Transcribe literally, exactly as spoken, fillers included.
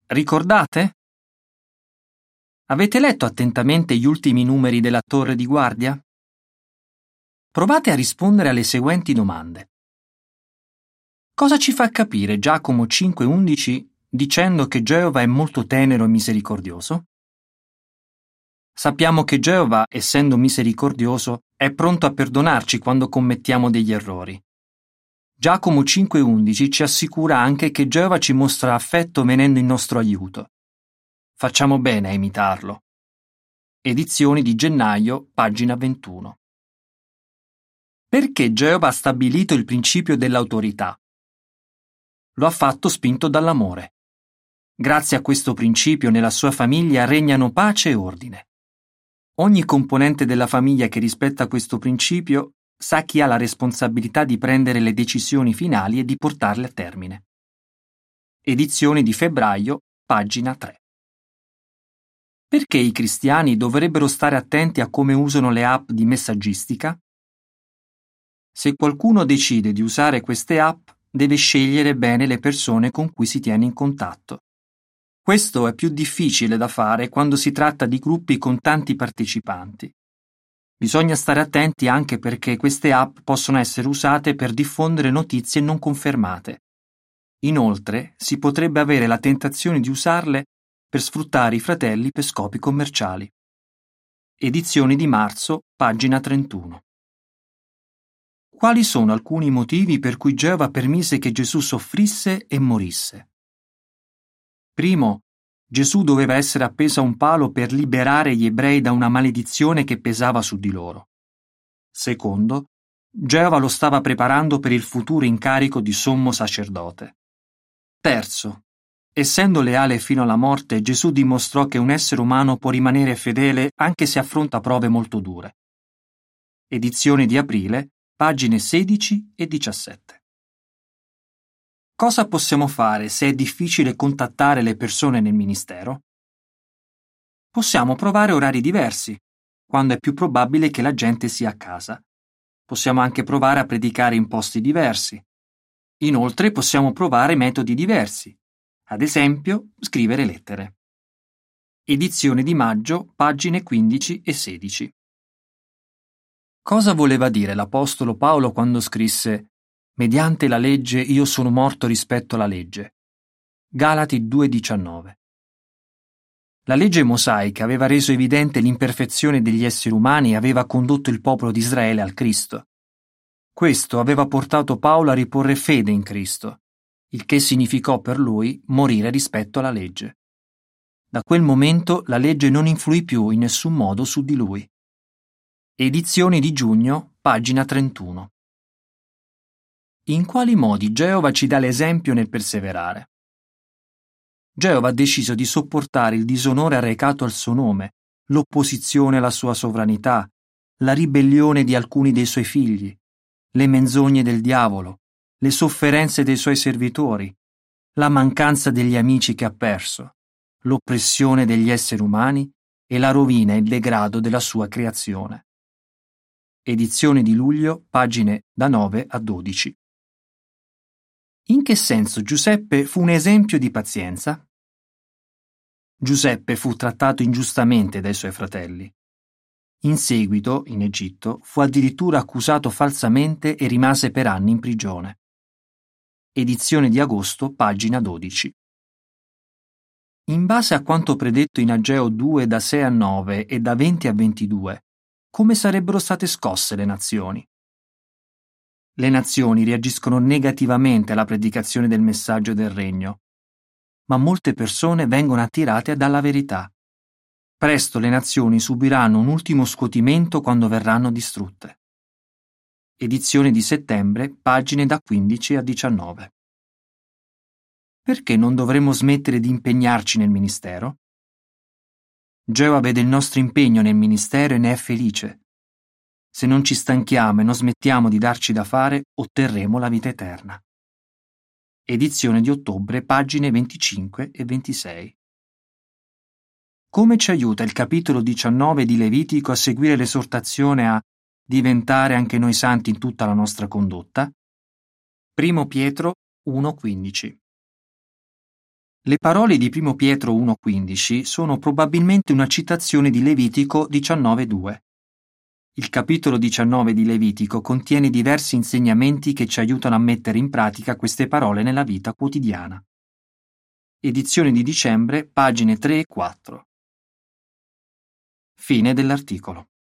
Ricordate? Avete letto attentamente gli ultimi numeri della torre di guardia? Provate a rispondere alle seguenti domande. Cosa ci fa capire Giacomo cinque undici dicendo che Geova è molto tenero e misericordioso? Sappiamo che Geova, essendo misericordioso, è pronto a perdonarci quando commettiamo degli errori. Giacomo cinque undici ci assicura anche che Geova ci mostra affetto venendo in nostro aiuto. Facciamo bene a imitarlo. Edizioni di gennaio, pagina ventuno. Perché Geova ha stabilito il principio dell'autorità? Lo ha fatto spinto dall'amore. Grazie a questo principio nella sua famiglia regnano pace e ordine. Ogni componente della famiglia che rispetta questo principio sa chi ha la responsabilità di prendere le decisioni finali e di portarle a termine. Edizioni di febbraio, pagina tre. Perché i cristiani dovrebbero stare attenti a come usano le app di messaggistica? Se qualcuno decide di usare queste app, deve scegliere bene le persone con cui si tiene in contatto. Questo è più difficile da fare quando si tratta di gruppi con tanti partecipanti. Bisogna stare attenti anche perché queste app possono essere usate per diffondere notizie non confermate. Inoltre, si potrebbe avere la tentazione di usarle per sfruttare i fratelli per scopi commerciali. Edizioni di marzo, pagina trentuno. Quali sono alcuni motivi per cui Geova permise che Gesù soffrisse e morisse? Primo, Gesù doveva essere appeso a un palo per liberare gli ebrei da una maledizione che pesava su di loro. Secondo, Geova lo stava preparando per il futuro incarico di sommo sacerdote. Terzo, essendo leale fino alla morte, Gesù dimostrò che un essere umano può rimanere fedele anche se affronta prove molto dure. Edizione di aprile, pagine sedici e diciassette. Cosa possiamo fare se è difficile contattare le persone nel ministero? Possiamo provare orari diversi, quando è più probabile che la gente sia a casa. Possiamo anche provare a predicare in posti diversi. Inoltre possiamo provare metodi diversi, ad esempio scrivere lettere. Edizione di maggio, pagine quindici e sedici. Cosa voleva dire l'Apostolo Paolo quando scrisse «Mediante la legge io sono morto rispetto alla legge»? Galati due diciannove. La legge mosaica aveva reso evidente l'imperfezione degli esseri umani e aveva condotto il popolo di Israele al Cristo. Questo aveva portato Paolo a riporre fede in Cristo, il che significò per lui morire rispetto alla legge. Da quel momento la legge non influì più in nessun modo su di lui. Edizioni di giugno, pagina trentuno. In quali modi Geova ci dà l'esempio nel perseverare? Geova ha deciso di sopportare il disonore arrecato al suo nome, l'opposizione alla sua sovranità, la ribellione di alcuni dei suoi figli, le menzogne del diavolo, le sofferenze dei suoi servitori, la mancanza degli amici che ha perso, l'oppressione degli esseri umani e la rovina e il degrado della sua creazione. Edizione di luglio, pagine da nove a dodici. In che senso Giuseppe fu un esempio di pazienza? Giuseppe fu trattato ingiustamente dai suoi fratelli. In seguito, in Egitto, fu addirittura accusato falsamente e rimase per anni in prigione. Edizione di agosto, pagina dodici. In base a quanto predetto in Ageo due da sei a nove e da venti a ventidue, come sarebbero state scosse le nazioni? Le nazioni reagiscono negativamente alla predicazione del messaggio del regno, ma molte persone vengono attirate dalla verità. Presto le nazioni subiranno un ultimo scuotimento quando verranno distrutte. Edizione di settembre, pagine da quindici a diciannove. Perché non dovremmo smettere di impegnarci nel ministero? Geova vede il nostro impegno nel ministero e ne è felice. Se non ci stanchiamo e non smettiamo di darci da fare, otterremo la vita eterna. Edizione di ottobre, pagine venticinque e ventisei. Come ci aiuta il capitolo diciannove di Levitico a seguire l'esortazione a diventare anche noi santi in tutta la nostra condotta? Primo Pietro uno quindici. Le parole di Primo Pietro uno quindici sono probabilmente una citazione di Levitico diciannove due. Il capitolo diciannove di Levitico contiene diversi insegnamenti che ci aiutano a mettere in pratica queste parole nella vita quotidiana. Edizione di dicembre, pagine tre e quattro. Fine dell'articolo.